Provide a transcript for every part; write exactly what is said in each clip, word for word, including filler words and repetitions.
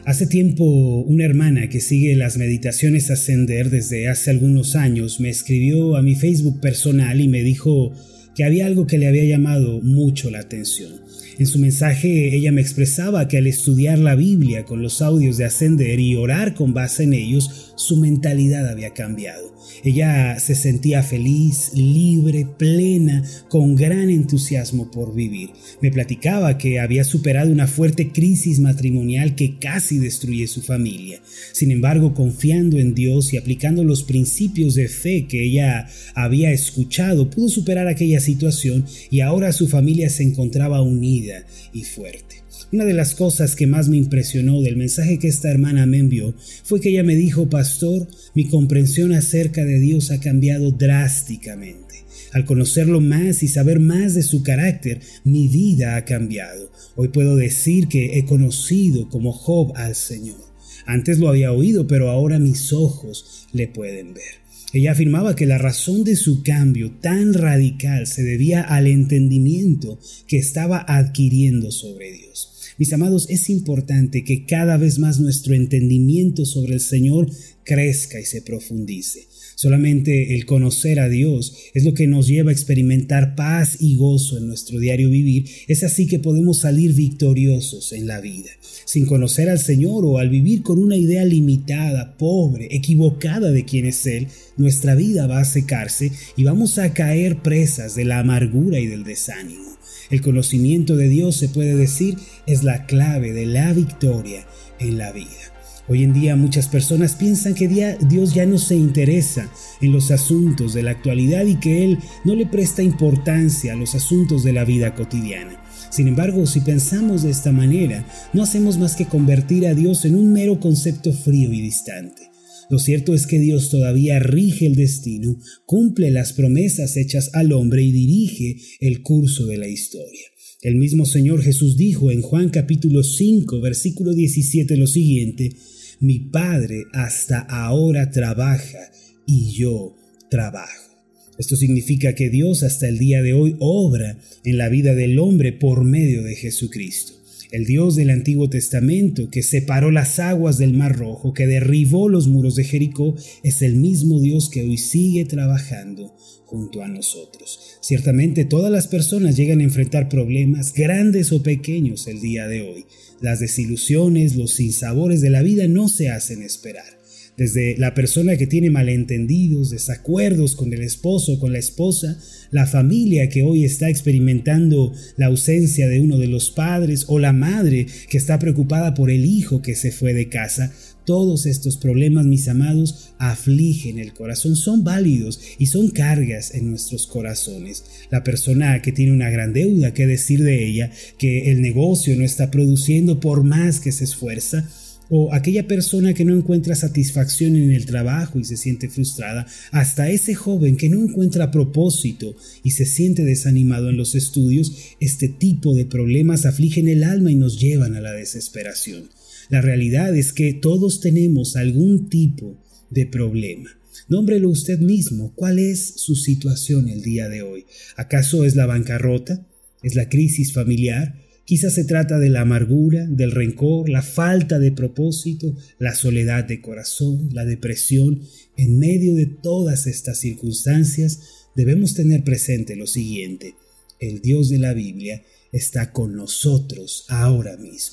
Hace tiempo, una hermana que sigue las meditaciones Ascender desde hace algunos años me escribió a mi Facebook personal y me dijo que había algo que le había llamado mucho la atención. En su mensaje ella me expresaba que al estudiar la Biblia con los audios de Ascender y orar con base en ellos, su mentalidad había cambiado. Ella se sentía feliz, libre, plena, con gran entusiasmo por vivir. Me platicaba que había superado una fuerte crisis matrimonial que casi destruye su familia. Sin embargo, confiando en Dios y aplicando los principios de fe que ella había escuchado, pudo superar aquella situación y ahora su familia se encontraba unida y fuerte. Una de las cosas que más me impresionó del mensaje que esta hermana me envió fue que ella me dijo: pastor, mi comprensión acerca de Dios ha cambiado drásticamente. Al conocerlo más y saber más de su carácter, mi vida ha cambiado. Hoy puedo decir que he conocido como Job al Señor. Antes lo había oído, pero ahora mis ojos le pueden ver. Ella afirmaba que la razón de su cambio tan radical se debía al entendimiento que estaba adquiriendo sobre Dios. Mis amados, es importante que cada vez más nuestro entendimiento sobre el Señor crezca y se profundice. Solamente el conocer a Dios es lo que nos lleva a experimentar paz y gozo en nuestro diario vivir. Es así que podemos salir victoriosos en la vida. Sin conocer al Señor o al vivir con una idea limitada, pobre, equivocada de quién es Él, nuestra vida va a secarse y vamos a caer presas de la amargura y del desánimo. El conocimiento de Dios, se puede decir, es la clave de la victoria en la vida. Hoy en día muchas personas piensan que Dios ya no se interesa en los asuntos de la actualidad y que Él no le presta importancia a los asuntos de la vida cotidiana. Sin embargo, si pensamos de esta manera, no hacemos más que convertir a Dios en un mero concepto frío y distante. Lo cierto es que Dios todavía rige el destino, cumple las promesas hechas al hombre y dirige el curso de la historia. El mismo Señor Jesús dijo en Juan capítulo cinco, versículo diecisiete lo siguiente: mi Padre hasta ahora trabaja y yo trabajo. Esto significa que Dios hasta el día de hoy obra en la vida del hombre por medio de Jesucristo. El Dios del Antiguo Testamento, que separó las aguas del Mar Rojo, que derribó los muros de Jericó, es el mismo Dios que hoy sigue trabajando junto a nosotros. Ciertamente todas las personas llegan a enfrentar problemas, grandes o pequeños, el día de hoy. Las desilusiones, los sinsabores de la vida no se hacen esperar. Desde la persona que tiene malentendidos, desacuerdos con el esposo o con la esposa, la familia que hoy está experimentando la ausencia de uno de los padres o la madre que está preocupada por el hijo que se fue de casa. Todos estos problemas, mis amados, afligen el corazón, son válidos y son cargas en nuestros corazones. La persona que tiene una gran deuda, ¿qué decir de ella? Que el negocio no está produciendo por más que se esfuerza. O aquella persona que no encuentra satisfacción en el trabajo y se siente frustrada, hasta ese joven que no encuentra propósito y se siente desanimado en los estudios. Este tipo de problemas afligen el alma y nos llevan a la desesperación. La realidad es que todos tenemos algún tipo de problema. Nómbrelo usted mismo. ¿Cuál es su situación el día de hoy? ¿Acaso es la bancarrota? ¿Es la crisis familiar? Quizás se trata de la amargura, del rencor, la falta de propósito, la soledad de corazón, la depresión. En medio de todas estas circunstancias, debemos tener presente lo siguiente: el Dios de la Biblia está con nosotros ahora mismo.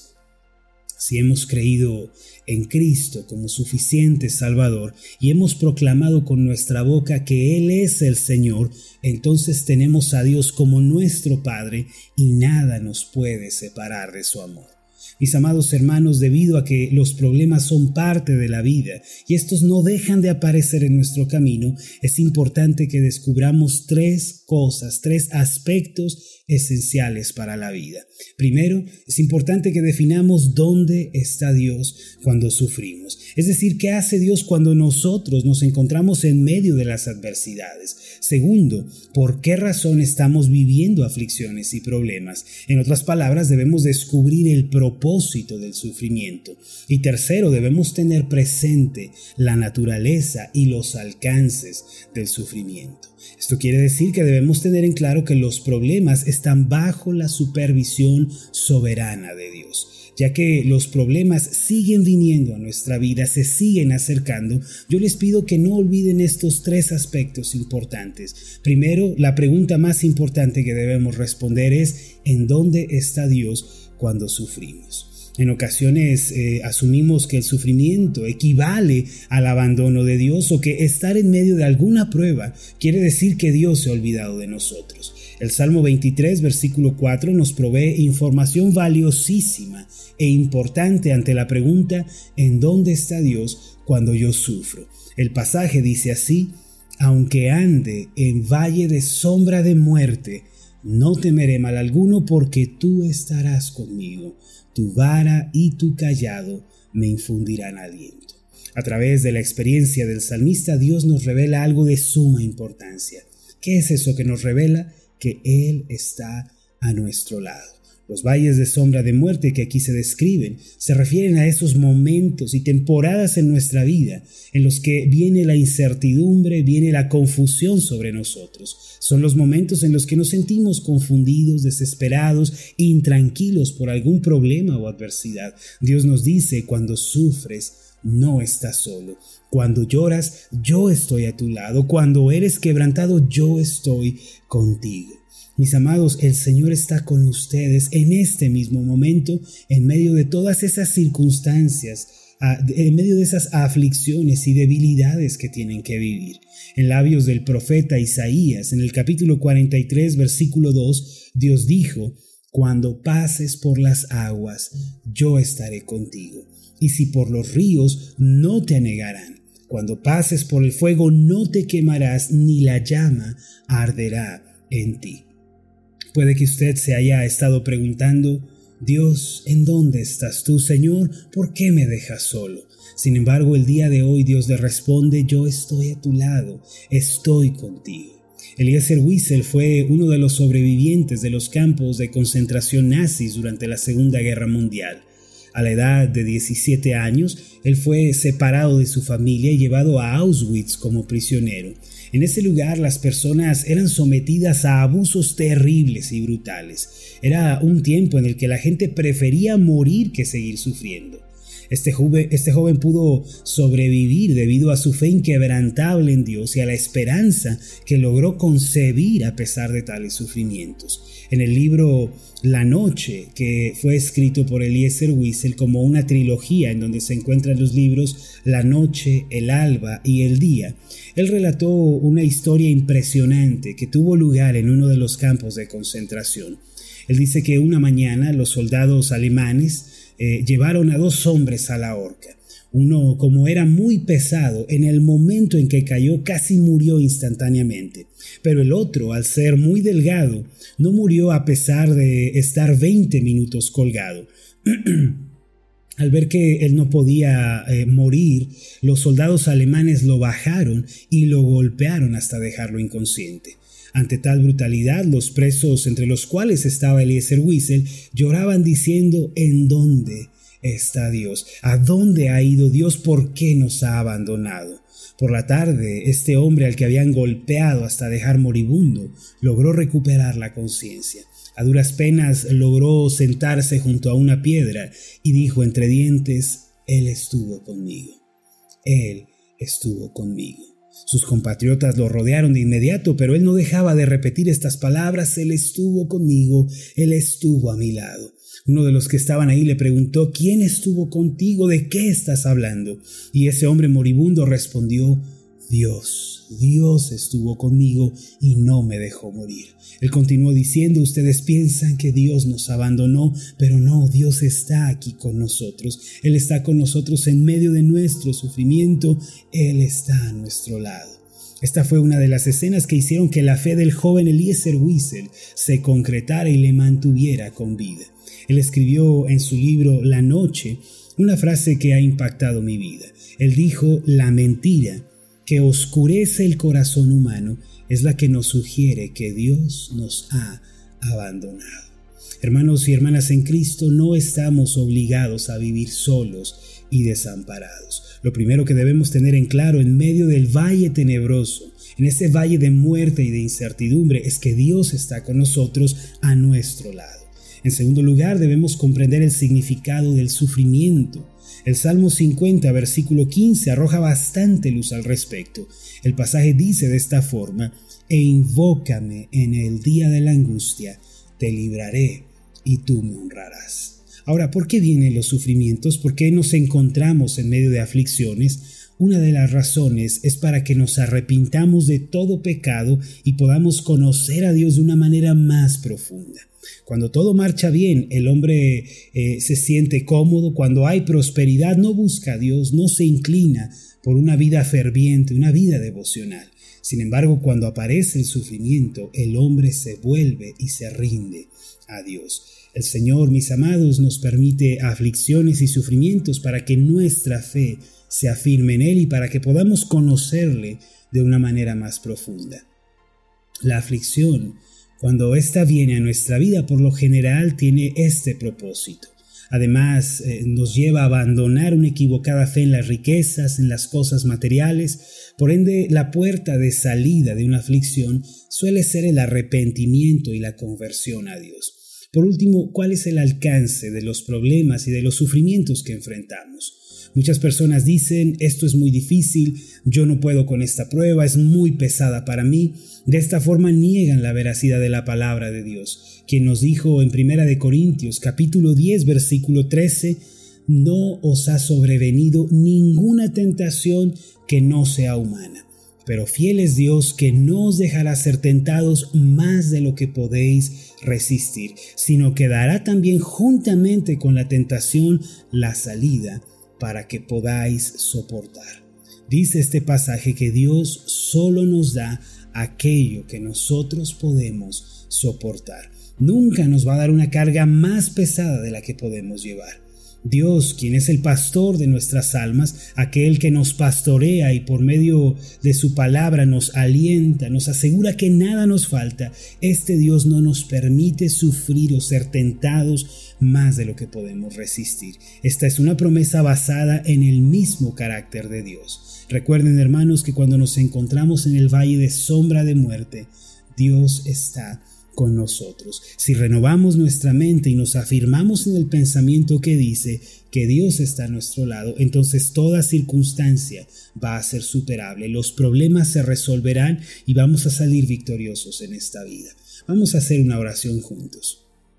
Si hemos creído en Cristo como suficiente Salvador y hemos proclamado con nuestra boca que Él es el Señor, entonces tenemos a Dios como nuestro Padre y nada nos puede separar de su amor. Mis amados hermanos, debido a que los problemas son parte de la vida y estos no dejan de aparecer en nuestro camino, es importante que descubramos tres cosas, tres aspectos esenciales para la vida. Primero, es importante que definamos dónde está Dios cuando sufrimos. Es decir, ¿qué hace Dios cuando nosotros nos encontramos en medio de las adversidades? Segundo, ¿por qué razón estamos viviendo aflicciones y problemas? En otras palabras, debemos descubrir el propósito del sufrimiento. Y tercero, debemos tener presente la naturaleza y los alcances del sufrimiento. Esto quiere decir que debemos tener en claro que los problemas están bajo la supervisión soberana de Dios. Ya que los problemas siguen viniendo a nuestra vida, se siguen acercando, yo les pido que no olviden estos tres aspectos importantes. Primero, la pregunta más importante que debemos responder es: ¿en dónde está Dios cuando sufrimos? En ocasiones eh, asumimos que el sufrimiento equivale al abandono de Dios, o que estar en medio de alguna prueba quiere decir que Dios se ha olvidado de nosotros. El Salmo veintitrés, versículo cuatro, nos provee información valiosísima e importante ante la pregunta: ¿en dónde está Dios cuando yo sufro? El pasaje dice así: aunque ande en valle de sombra de muerte, no temeré mal alguno, porque tú estarás conmigo. Tu vara y tu cayado me infundirán aliento. A través de la experiencia del salmista, Dios nos revela algo de suma importancia. ¿Qué es eso que nos revela? Que Él está a nuestro lado. Los valles de sombra de muerte que aquí se describen se refieren a esos momentos y temporadas en nuestra vida en los que viene la incertidumbre, viene la confusión sobre nosotros. Son los momentos en los que nos sentimos confundidos, desesperados, intranquilos por algún problema o adversidad. Dios nos dice: cuando sufres, no estás solo. Cuando lloras, yo estoy a tu lado. Cuando eres quebrantado, yo estoy contigo. Mis amados, el Señor está con ustedes en este mismo momento, en medio de todas esas circunstancias, en medio de esas aflicciones y debilidades que tienen que vivir. En labios del profeta Isaías, en el capítulo cuarenta y tres, versículo dos, Dios dijo: cuando pases por las aguas, yo estaré contigo. Y si por los ríos, no te anegarán. Cuando pases por el fuego, no te quemarás, ni la llama arderá en ti. Puede que usted se haya estado preguntando: Dios, ¿en dónde estás tú, Señor? ¿Por qué me dejas solo? Sin embargo, el día de hoy Dios le responde: yo estoy a tu lado, estoy contigo. Eliezer Wiesel fue uno de los sobrevivientes de los campos de concentración nazis durante la Segunda Guerra Mundial. A la edad de diecisiete años, él fue separado de su familia y llevado a Auschwitz como prisionero. En ese lugar las personas eran sometidas a abusos terribles y brutales. Era un tiempo en el que la gente prefería morir que seguir sufriendo. Este joven, este joven pudo sobrevivir debido a su fe inquebrantable en Dios y a la esperanza que logró concebir a pesar de tales sufrimientos. En el libro La Noche, que fue escrito por Eliezer Wiesel como una trilogía en donde se encuentran los libros La Noche, El Alba y El Día, él relató una historia impresionante que tuvo lugar en uno de los campos de concentración. Él dice que una mañana los soldados alemanes eh, llevaron a dos hombres a la horca. Uno, como era muy pesado, en el momento en que cayó casi murió instantáneamente. Pero el otro, al ser muy delgado, no murió a pesar de estar veinte minutos colgado. Al ver que él no podía eh, morir, los soldados alemanes lo bajaron y lo golpearon hasta dejarlo inconsciente. Ante tal brutalidad, los presos, entre los cuales estaba Eliezer Wiesel, lloraban diciendo: ¿en dónde está Dios? ¿A dónde ha ido Dios? ¿Por qué nos ha abandonado? Por la tarde, este hombre al que habían golpeado hasta dejar moribundo, logró recuperar la conciencia. A duras penas logró sentarse junto a una piedra y dijo entre dientes: Él estuvo conmigo. Él estuvo conmigo. Sus compatriotas lo rodearon de inmediato, pero él no dejaba de repetir estas palabras: Él estuvo conmigo, Él estuvo a mi lado. Uno de los que estaban ahí le preguntó: ¿quién estuvo contigo? ¿De qué estás hablando? Y ese hombre moribundo respondió: Dios, Dios estuvo conmigo y no me dejó morir. Él continuó diciendo: ustedes piensan que Dios nos abandonó, pero no, Dios está aquí con nosotros. Él está con nosotros en medio de nuestro sufrimiento. Él está a nuestro lado. Esta fue una de las escenas que hicieron que la fe del joven Eliezer Wiesel se concretara y le mantuviera con vida. Él escribió en su libro La Noche una frase que ha impactado mi vida. Él dijo: la mentira que oscurece el corazón humano es la que nos sugiere que Dios nos ha abandonado. Hermanos y hermanas en Cristo, no estamos obligados a vivir solos y desamparados. Lo primero que debemos tener en claro en medio del valle tenebroso, en ese valle de muerte y de incertidumbre, es que Dios está con nosotros a nuestro lado. En segundo lugar, debemos comprender el significado del sufrimiento. El Salmo cincuenta, versículo quince, arroja bastante luz al respecto. El pasaje dice de esta forma: «E invócame en el día de la angustia, te libraré y tú me honrarás». Ahora, ¿por qué vienen los sufrimientos? ¿Por qué nos encontramos en medio de aflicciones? Una de las razones es para que nos arrepintamos de todo pecado y podamos conocer a Dios de una manera más profunda. Cuando todo marcha bien, el hombre eh, se siente cómodo. Cuando hay prosperidad, no busca a Dios, no se inclina por una vida ferviente, una vida devocional. Sin embargo, cuando aparece el sufrimiento, el hombre se vuelve y se rinde a Dios. El Señor, mis amados, nos permite aflicciones y sufrimientos para que nuestra fe se afirme en Él y para que podamos conocerle de una manera más profunda. La aflicción, cuando ésta viene a nuestra vida, por lo general tiene este propósito. Además, eh, nos lleva a abandonar una equivocada fe en las riquezas, en las cosas materiales. Por ende, la puerta de salida de una aflicción suele ser el arrepentimiento y la conversión a Dios. Por último, ¿cuál es el alcance de los problemas y de los sufrimientos que enfrentamos? Muchas personas dicen: esto es muy difícil, yo no puedo con esta prueba, es muy pesada para mí. De esta forma niegan la veracidad de la palabra de Dios, quien nos dijo en Primera de Corintios, capítulo diez, versículo trece: «No os ha sobrevenido ninguna tentación que no sea humana, pero fiel es Dios, que no os dejará ser tentados más de lo que podéis resistir, sino que dará también juntamente con la tentación la salida para que podáis soportar». Dice este pasaje que Dios solo nos da aquello que nosotros podemos soportar. Nunca nos va a dar una carga más pesada de la que podemos llevar. Dios, quien es el pastor de nuestras almas, aquel que nos pastorea y por medio de su palabra nos alienta, nos asegura que nada nos falta, este Dios no nos permite sufrir o ser tentados más de lo que podemos resistir. Esta es una promesa basada en el mismo carácter de Dios. Recuerden, hermanos, que cuando nos encontramos en el valle de sombra de muerte, Dios está con nosotros. Si renovamos nuestra mente y nos afirmamos en el pensamiento que dice que Dios está a nuestro lado, entonces toda circunstancia va a ser superable, los problemas se resolverán y vamos a salir victoriosos en esta vida. Vamos a hacer una oración juntos.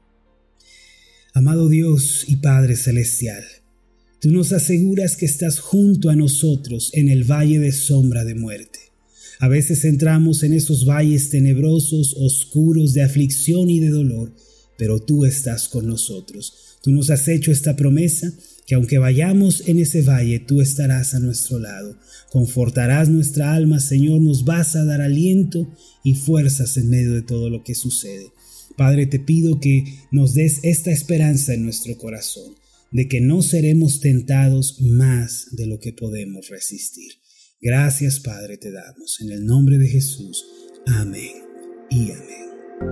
Amado Dios y Padre Celestial, tú nos aseguras que estás junto a nosotros en el valle de sombra de muerte. A veces entramos en esos valles tenebrosos, oscuros, de aflicción y de dolor, pero tú estás con nosotros. Tú nos has hecho esta promesa, que aunque vayamos en ese valle, tú estarás a nuestro lado. Confortarás nuestra alma, Señor, nos vas a dar aliento y fuerzas en medio de todo lo que sucede. Padre, te pido que nos des esta esperanza en nuestro corazón, de que no seremos tentados más de lo que podemos resistir. Gracias, Padre, te damos. En el nombre de Jesús. Amén y amén.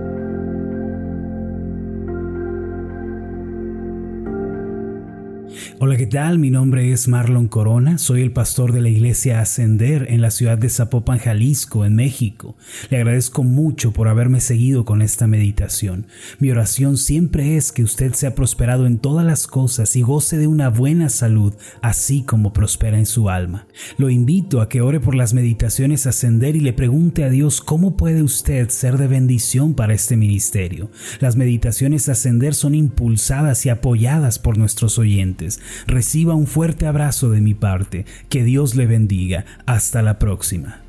Hola, ¿qué tal? Mi nombre es Marlon Corona, soy el pastor de la iglesia Ascender en la ciudad de Zapopan, Jalisco, en México. Le agradezco mucho por haberme seguido con esta meditación. Mi oración siempre es que usted sea prosperado en todas las cosas y goce de una buena salud, así como prospera en su alma. Lo invito a que ore por las meditaciones Ascender y le pregunte a Dios cómo puede usted ser de bendición para este ministerio. Las meditaciones Ascender son impulsadas y apoyadas por nuestros oyentes. Reciba un fuerte abrazo de mi parte. Que Dios le bendiga. Hasta la próxima.